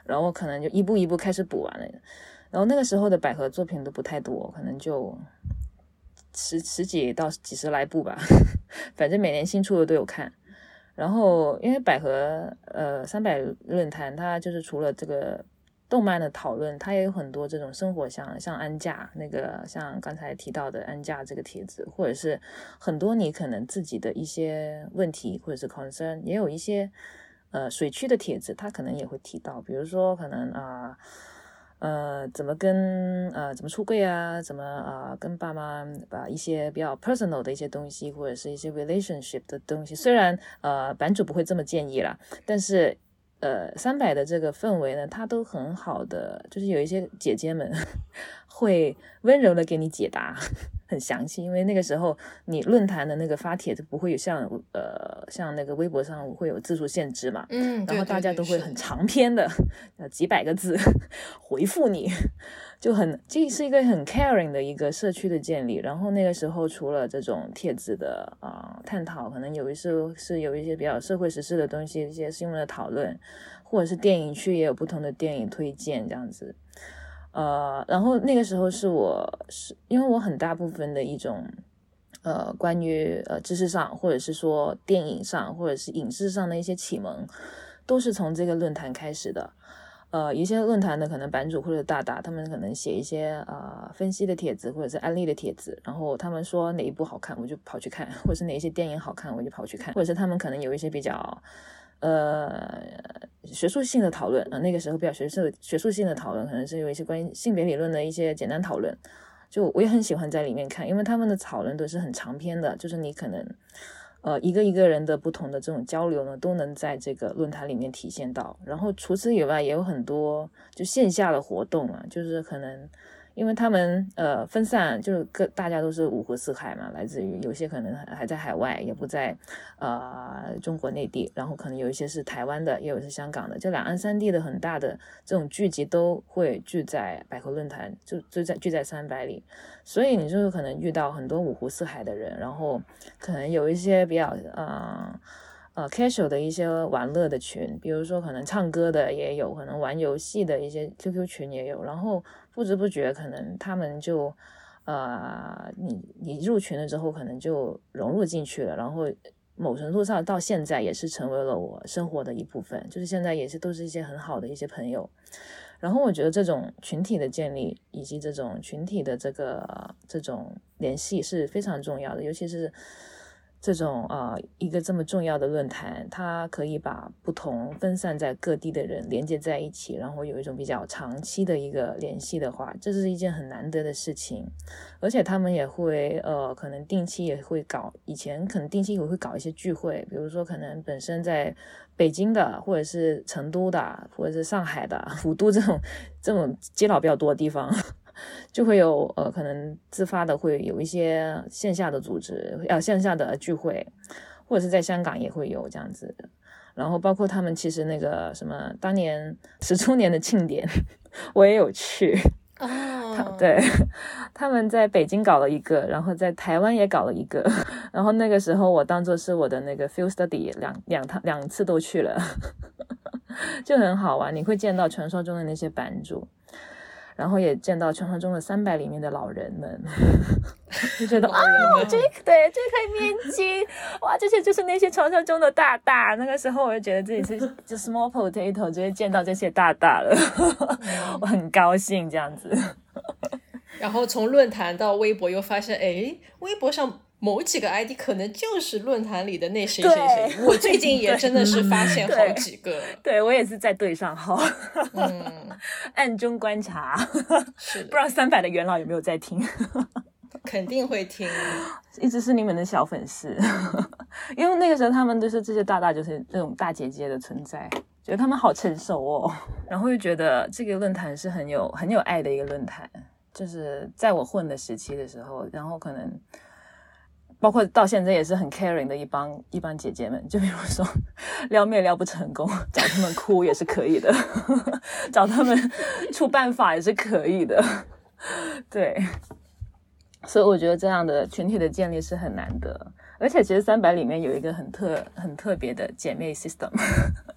然后可能就一步一步开始补完了。然后那个时候的百合作品都不太多，可能就十十几到几十来部吧，反正每年新出的都有看。然后因为百合呃三百论坛，它就是除了这个动漫的讨论，它也有很多这种生活像像安价那个，像刚才提到的安价这个帖子，或者是很多你可能自己的一些问题或者是 concern， 也有一些呃水区的帖子，它可能也会提到，比如说可能啊。呃，呃怎么跟呃怎么出柜啊，怎么啊、呃、跟爸妈把一些比较 personal 的一些东西，或者是一些 relationship 的东西，虽然呃版主不会这么建议啦，但是呃三百的这个氛围呢，它都很好的，就是有一些姐姐们会温柔的给你解答。很详细，因为那个时候你论坛的那个发帖就不会有像呃像那个微博上会有字数限制嘛， 嗯， 然后大家都会很长篇的呃几百个字回复你，就很这是一个很 caring 的一个社区的建立。然后那个时候除了这种帖子的啊、呃、探讨，可能有一些是有一些比较社会时事的东西，一些新闻的讨论，或者是电影区也有不同的电影推荐这样子。呃，然后那个时候是我是因为我很大部分的一种呃关于呃知识上，或者是说电影上，或者是影视上的一些启蒙，都是从这个论坛开始的。呃，一些论坛的可能版主或者大大，他们可能写一些呃分析的帖子或者是案例的帖子，然后他们说哪一部好看，我就跑去看，或者是哪一些电影好看，我就跑去看，或者是他们可能有一些比较。呃，学术性的讨论啊、呃，那个时候比较学术学术性的讨论，可能是有一些关于性别理论的一些简单讨论，就我也很喜欢在里面看，因为他们的讨论都是很长篇的，就是你可能呃一个一个人的不同的这种交流呢，都能在这个论坛里面体现到。然后除此以外，也有很多就线下的活动啊，就是可能。因为他们呃分散，就是各大家都是五湖四海嘛，来自于有些可能还在海外，也不在呃中国内地，然后可能有一些是台湾的，也有是香港的，就两岸三地的很大的这种聚集都会聚在百合论坛，就就在聚在三百里，所以你就可能遇到很多五湖四海的人，然后可能有一些比较呃。呃 casual 的一些玩乐的群，比如说可能唱歌的也有，可能玩游戏的一些 Q Q 群也有，然后不知不觉可能他们就呃你你入群了之后可能就融入进去了，然后某程度上到现在也是成为了我生活的一部分，就是现在也是都是一些很好的一些朋友。然后我觉得这种群体的建立以及这种群体的这个这种联系是非常重要的，尤其是这种呃一个这么重要的论坛，它可以把不同分散在各地的人连接在一起，然后有一种比较长期的一个联系的话，这是一件很难得的事情。而且他们也会呃可能定期也会搞，以前可能定期也会搞一些聚会，比如说可能本身在北京的，或者是成都的，或者是上海的、福都这种这种基佬比较多的地方。就会有呃，可能自发的会有一些线下的组织，呃，线下的聚会，或者是在香港也会有这样子的。然后包括他们其实那个什么当年十周年的庆典，我也有去。 哦， 对，他们在北京搞了一个，然后在台湾也搞了一个，然后那个时候我当作是我的那个 field study， 两两趟两次都去了，就很好玩。你会见到传说中的那些版主。然后也见到传说中的三百里面的老人们，就觉得啊，这对这可以面基，哇，这些就是那些传说中的大大。那个时候我就觉得自己是就 small potato， 就会见到这些大大了，我很高兴这样子。 然后从论坛到微博，又发现，哎，微博上某几个 I D 可能就是论坛里的那谁谁谁。我最近也真的是发现好几个。 对，对我也是在对上号， 嗯， 暗中观察， 是不知道三百的元老有没有在听？ 肯定会听， 一直是你们的小粉丝，因为那个时候他们都是这些大大，就是那种大姐姐的存在，觉得他们好成熟哦，然后又觉得这个论坛是很有很有爱的一个论坛，就是在我混的时期的时候，然后可能。包括到现在也是很 caring 的一帮一帮姐姐们，就比如说撩妹撩不成功，找他们哭也是可以的，找他们出办法也是可以的，对，所以我觉得这样的群体的建立是很难得，而且其实三百里面有一个很特很特别的姐妹 system，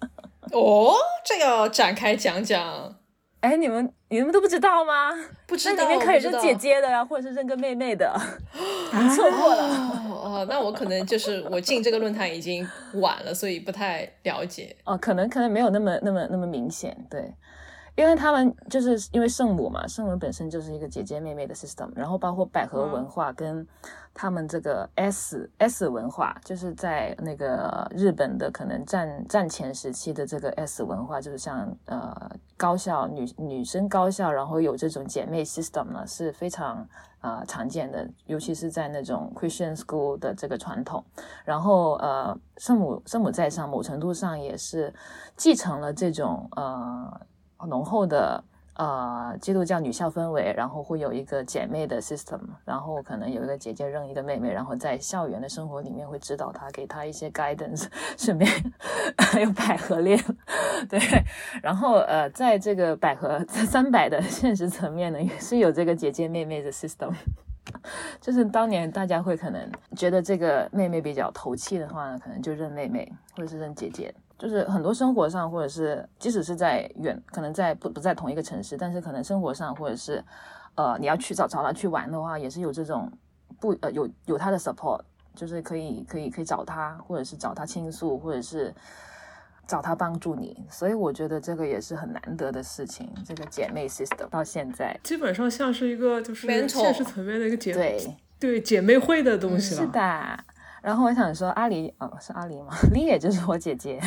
哦，这要展开讲讲。 哎，你们你们都不知道吗？ 不知道， 那里面可以认姐姐的呀，或者是认个妹妹的，你错过了。 哦哦，那我可能就是我进这个论坛已经晚了，所以不太了解。 哦，可能可能没有那么那么那么明显，对。因为他们就是因为圣母嘛，圣母本身就是一个姐姐妹妹的 system， 然后包括百合文化跟他们这个 S S 文化，就是在那个日本的可能战战前时期的这个 S 文化，就是像呃高校女女生高校，然后有这种姐妹 system 呢是非常呃常见的，尤其是在那种 Christian school 的这个传统。然后呃圣母圣母在上某程度上也是继承了这种呃浓厚的呃基督教女校氛围，然后会有一个姐妹的 system， 然后可能有一个姐姐认一个妹妹，然后在校园的生活里面会指导她，给她一些 guidance， 顺便还有百合恋，对，然后呃在这个百合三百的现实层面呢，也是有这个姐姐妹妹的 system。就是当年大家会可能觉得这个妹妹比较投气的话呢，可能就认妹妹或者是认姐姐，就是很多生活上或者是即使是在远可能在不不在同一个城市，但是可能生活上或者是呃你要去找找他去玩的话，也是有这种不呃有有他的 support， 就是可以可以可以找他，或者是找他倾诉，或者是找他帮助你，所以我觉得这个也是很难得的事情。这个姐妹 system 到现在基本上像是一个就是现实层面的一个姐对对姐妹会的东西了、 嗯、是的。然后我想说阿狸哦是阿狸吗？狸也就是我姐姐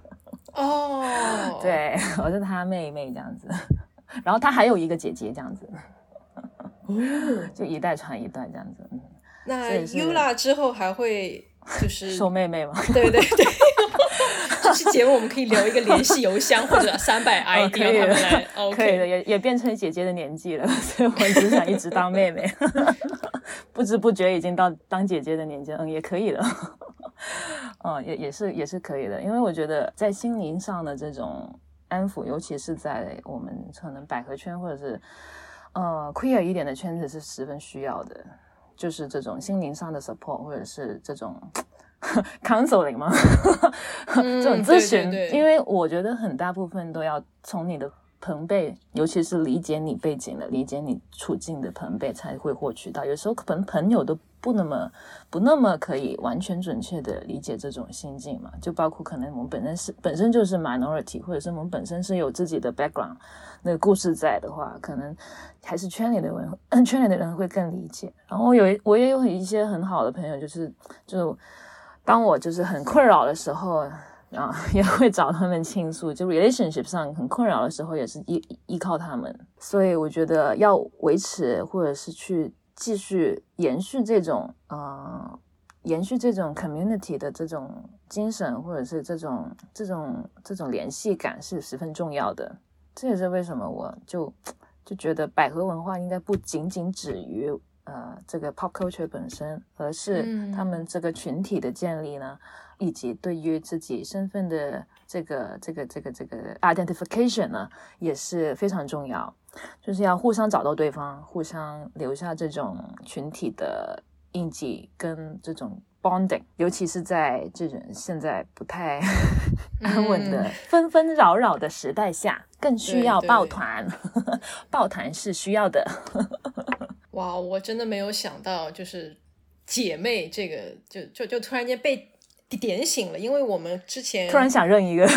哦， 对，我是她妹妹这样子，然后她还有一个姐姐这样子， 哦， 就一代传一代这样子。 那 Yula 之后还会就是收妹妹吗？ 对对对。这期节目我们可以留一个联系邮箱或者三百 I D、哦、让他们来、okay、 可以的，也也变成姐姐的年纪了，所以我只想一直当妹妹不知不觉已经到当姐姐的年纪，嗯，也可以的嗯，也也是也是可以的，因为我觉得在心灵上的这种安抚，尤其是在我们可能百合圈或者是呃 queer 一点的圈子是十分需要的，就是这种心灵上的 support 或者是这种counseling 吗这种咨询、嗯、对对对，因为我觉得很大部分都要从你的朋辈，尤其是理解你背景的理解你处境的朋辈才会获取到，有时候可能朋友都不那么不那么可以完全准确的理解这种心境嘛，就包括可能我们本身是本身就是 minority， 或者是我们本身是有自己的 background 那个故事在的话，可能还是圈里的人圈里的人会更理解。然后有我也有一些很好的朋友，就是就当我就是很困扰的时候啊，也会找他们倾诉，就 relationship 上很困扰的时候也是依依靠他们。所以我觉得要维持或者是去继续延续这种呃延续这种 community 的这种精神，或者是这种这种这种联系感是十分重要的。这也是为什么我就就觉得百合文化应该不仅仅止于呃，这个 pop culture 本身，而是他们这个群体的建立呢，嗯、以及对于自己身份的这个这个这个这个 identification 呢，也是非常重要。就是要互相找到对方，互相留下这种群体的印记跟这种 bonding， 尤其是在这种现在不太安稳的、嗯、纷纷扰扰的时代下，更需要抱团。抱团是需要的。 哇，我真的没有想到，就是姐妹这个，就就就突然间被点醒了，因为我们之前突然想认一个，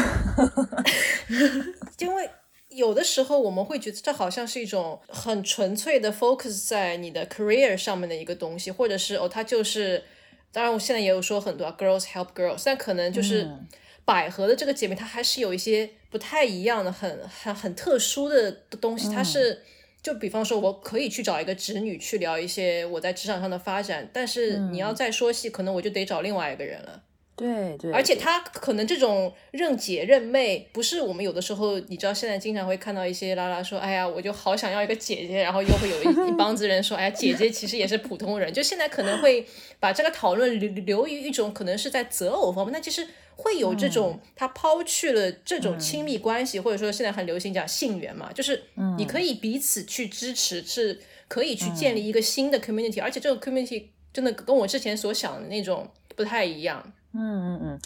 因为有的时候我们会觉得这好像是一种很纯粹的 focus 在你的 career 上面的一个东西，或者是哦，它就是，当然我现在也有说很多 girls help girls， 但可能就是百合的这个姐妹，它还是有一些不太一样的，很很很特殊的东西，它是。就比方说我可以去找一个直女去聊一些我在职场上的发展，但是你要再说戏、嗯、可能我就得找另外一个人了。 对对， 而且他可能这种认姐认妹不是我们有的时候你知道现在经常会看到一些拉拉说哎呀我就好想要一个姐姐，然后又会有一一帮子人说哎呀姐姐其实也是普通人，就现在可能会把这个讨论流流于一种可能是在择偶方面，那其实会有这种、嗯、他抛去了这种亲密关系、嗯、或者说现在很流行讲性缘嘛，就是你可以彼此去支持，是可以去建立一个新的 community、嗯、而且这个 community 真的跟我之前所想的那种不太一样。 嗯嗯嗯，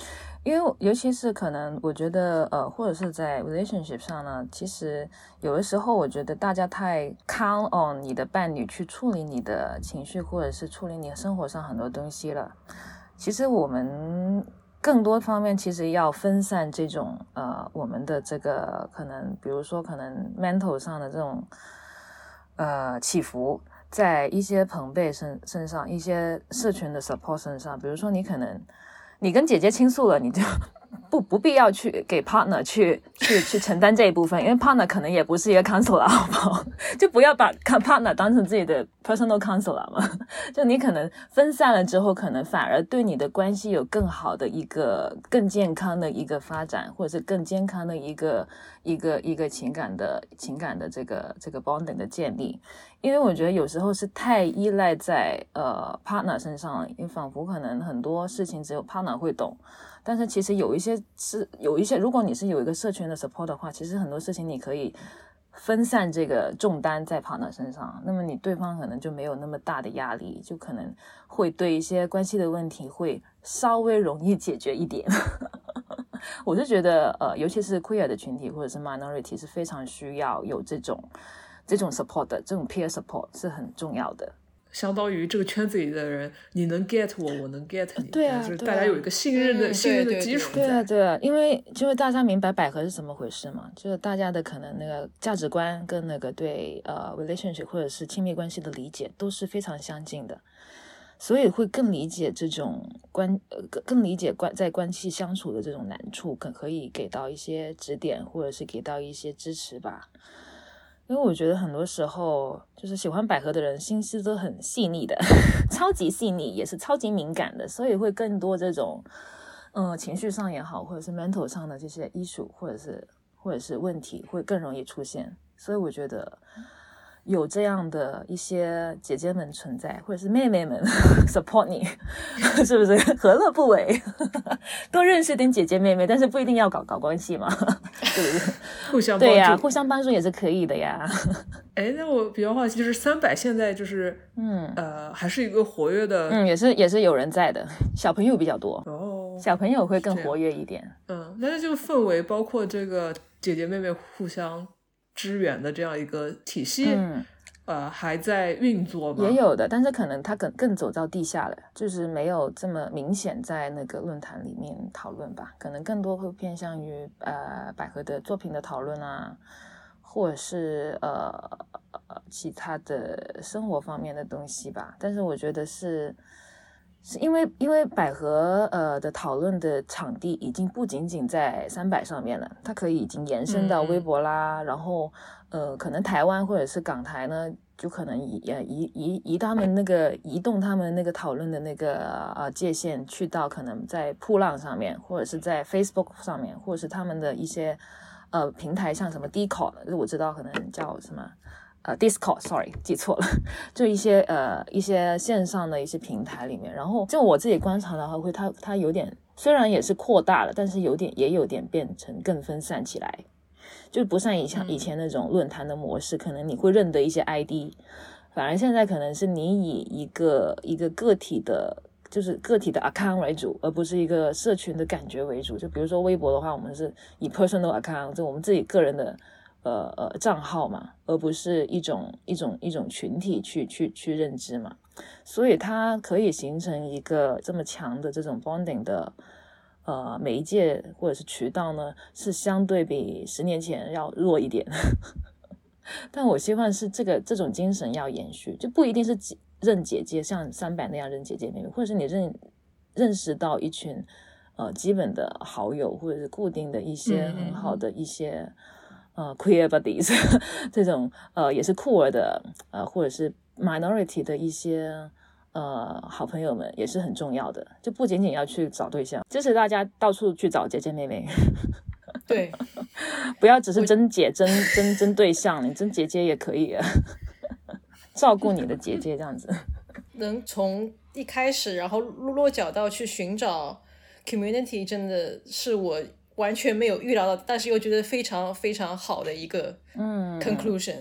因为尤其是可能我觉得呃，或者是在 relationship 上呢，其实有的时候我觉得大家太 count on 你的伴侣去处理你的情绪，或者是处理你生活上很多东西了。其实我们更多方面其实要分散这种呃我们的这个可能，比如说可能 mental 上的这种呃起伏，在一些朋辈身身上，一些社群的 support 身上，比如说你可能你跟姐姐倾诉了，你就不不必要去给 partner 去去去承担这一部分，因为 partner 可能也不是一个 counselor， 好不好？就不要把 partner 当成自己的 personal counselor 嘛。就你可能分散了之后，可能反而对你的关系有更好的一个、更健康的一个发展，或者是更健康的一个一个一个情感的情感的这个这个 bonding 的建立。因为我觉得有时候是太依赖在呃 partner 身上了，因为仿佛可能很多事情只有 partner 会懂。但是其实有一些是有一些，如果你是有一个社群的 support 的话，其实很多事情你可以分散这个重担在 partner 身上，那么你对方可能就没有那么大的压力，就可能会对一些关系的问题会稍微容易解决一点。我就觉得呃，尤其是 queer 的群体或者是 minority 是非常需要有这种这种 support 的，这种 peer support 是很重要的。 相当于这个圈子里的人，你能 get 我，我能 get 你， 对啊， 就是大家有一个信任的、 嗯、 信任的基础在。 对啊，对啊，因为就是大家明白百合是怎么回事嘛，就是大家的可能那个价值观跟那个对呃 relationship 或者是亲密关系的理解都是非常相近的，所以会更理解这种关呃更理解关在关系相处的这种难处，可可以给到一些指点，或者是给到一些支持吧。因为我觉得很多时候就是喜欢百合的人心思都很细腻的，超级细腻，也是超级敏感的，所以会更多这种呃情绪上也好，或者是 mental 上的这些 issue 或者是或者是问题会更容易出现。所以我觉得有这样的一些姐姐们存在，或者是妹妹们support 你，是不是何乐不为？多认识点姐姐妹妹，但是不一定要搞搞关系嘛，是不是？ 互相帮助， 对呀、啊，互相帮助也是可以的呀。 哎，那我比较好奇，就是三百现在就是嗯呃还是一个活跃的， 嗯，也是也是有人在的，小朋友比较多哦， 小朋友会更活跃一点。 嗯，那这个氛围包括这个姐姐妹妹互相支援的这样一个体系，嗯，呃，还在运作吗？ 也有的，但是可能它更更走到地下了，就是没有这么明显在那个论坛里面讨论吧，可能更多会偏向于呃百合的作品的讨论啊，或者是呃其他的生活方面的东西吧。但是我觉得是是因为因为百合呃的讨论的场地已经不仅仅在三百上面了，它可以已经延伸到微博啦，嗯、然后呃可能台湾或者是港台呢，就可能移移移移他们那个移动他们那个讨论的那个呃界限，去到可能在噗浪上面，或者是在 Facebook 上面，或者是他们的一些呃平台，像什么 Discord， 我知道可能叫什么。呃 Discord sorry 记错了，就一些呃一些线上的一些平台里面，然后就我自己观察的话，会它它有点虽然也是扩大了，但是有点也有点变成更分散起来，就不像以前以前那种论坛的模式，可能你会认得一些 I D， 反而现在可能是你以一个一个个体的就是个体的 account 为主，而不是一个社群的感觉为主。就比如说微博的话，我们是以 personal account， 就我们自己个人的呃呃账号嘛，而不是一种一种一种群体去去去认知嘛，所以它可以形成一个这么强的这种 bonding 的呃媒介或者是渠道呢，是相对比十年前要弱一点。但我希望是这个这种精神要延续，就不一定是认姐姐像三百那样认姐姐妹妹，或者是你认认识到一群呃基本的好友，或者是固定的一些很好的一些。嗯呃 queer buddies 这种呃也是酷儿的呃或者是 minority 的一些呃好朋友们也是很重要的，就不仅仅要去找对象，支持大家到处去找姐姐妹妹。 对， 不要只是争姐争争争对象，你争姐姐也可以啊，照顾你的姐姐这样子。 能从一开始然后落脚到去寻找 community， 真的是我完全没有预料到，但是又觉得非常非常好的一个 conclusion。嗯、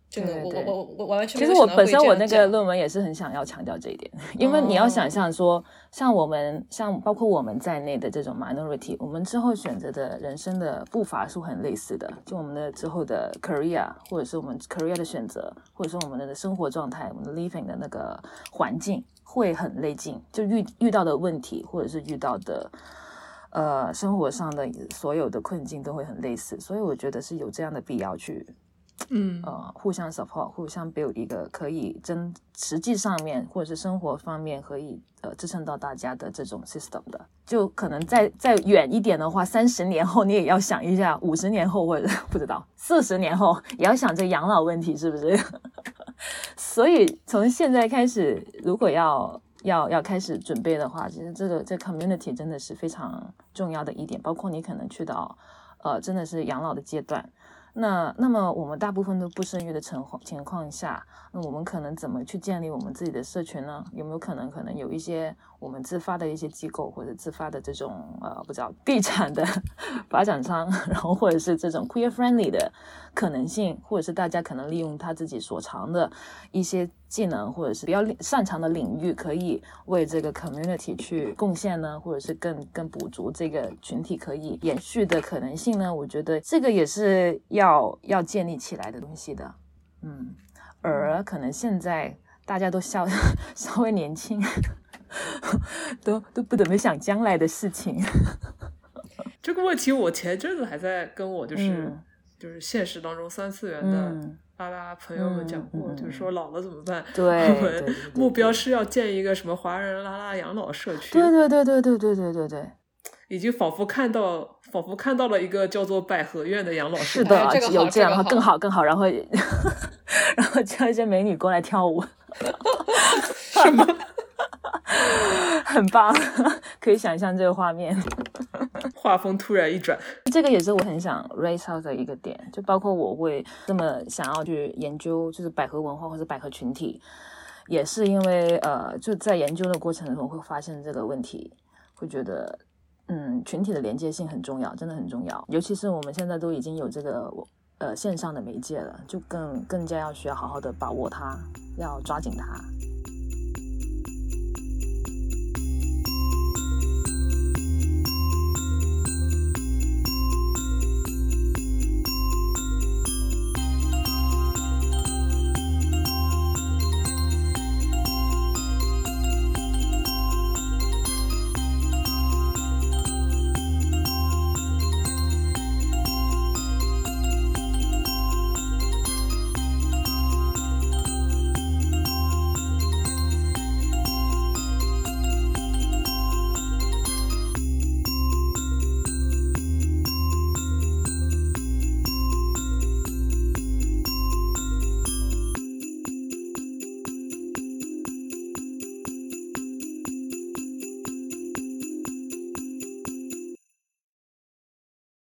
这个我对对我我我完全其实我本身我那个论论文也是很想要强调这一点，因为你要想象说，像我们像包括我们在内的这种 minority， 我们之后选择的人生的步伐是很类似的，就我们的之后的 career， 或者是我们 career 的选择，或者是我们的生活状态，我们的 living 的那个环境会很类近，就遇遇到的问题或者是遇到的呃生活上的所有的困境都会很类似，所以我觉得是有这样的必要去嗯呃，互相 support， 互相 build 一个可以真实际上面或者是生活方面可以呃支撑到大家的这种 system 的。就可能再再远一点的话，三十年后你也要想一下，五十年后或者不知道四十年后也要想这养老问题，是不是？所以从现在开始，如果要要要开始准备的话，其实这个这 community 真的是非常重要的一点，包括你可能去到呃真的是养老的阶段。那那么我们大部分都不生育的情况情况下，那我们可能怎么去建立我们自己的社群呢？有没有可能可能有一些我们自发的一些机构，或者自发的这种呃不知道地产的发展商，然后或者是这种 queer friendly 的可能性，或者是大家可能利用他自己所长的一些技能，或者是比较擅长的领域，可以为这个 community 去贡献呢，或者是更更补足这个群体可以延续的可能性呢？我觉得这个也是要要建立起来的东西的，嗯，而可能现在大家都稍稍微年轻，都都不怎么想将来的事情。 这个问题我前阵子还在跟我就是、 嗯、 就是现实当中三次元的、嗯拉拉朋友们讲过、 嗯嗯、 就是说老了怎么办？ 对， 我们目标是要建一个什么华人拉拉养老社区。 对对对对对对对对对， 已经仿佛看到仿佛看到了一个叫做百合院的养老社区。 是的、 哎这个、 有这样、 这个、 更好更好，然后然后叫一些美女过来跳舞。 什么？ 很棒，可以想象这个画面。 画风突然一转， 这个也是我很想 raise out 的一个点，就包括我会这么想要去研究就是百合文化或者百合群体，也是因为呃就在研究的过程中会发现这个问题，会觉得嗯群体的连接性很重要，真的很重要，尤其是我们现在都已经有这个呃线上的媒介了，就更更加要需要好好的把握它，要抓紧它。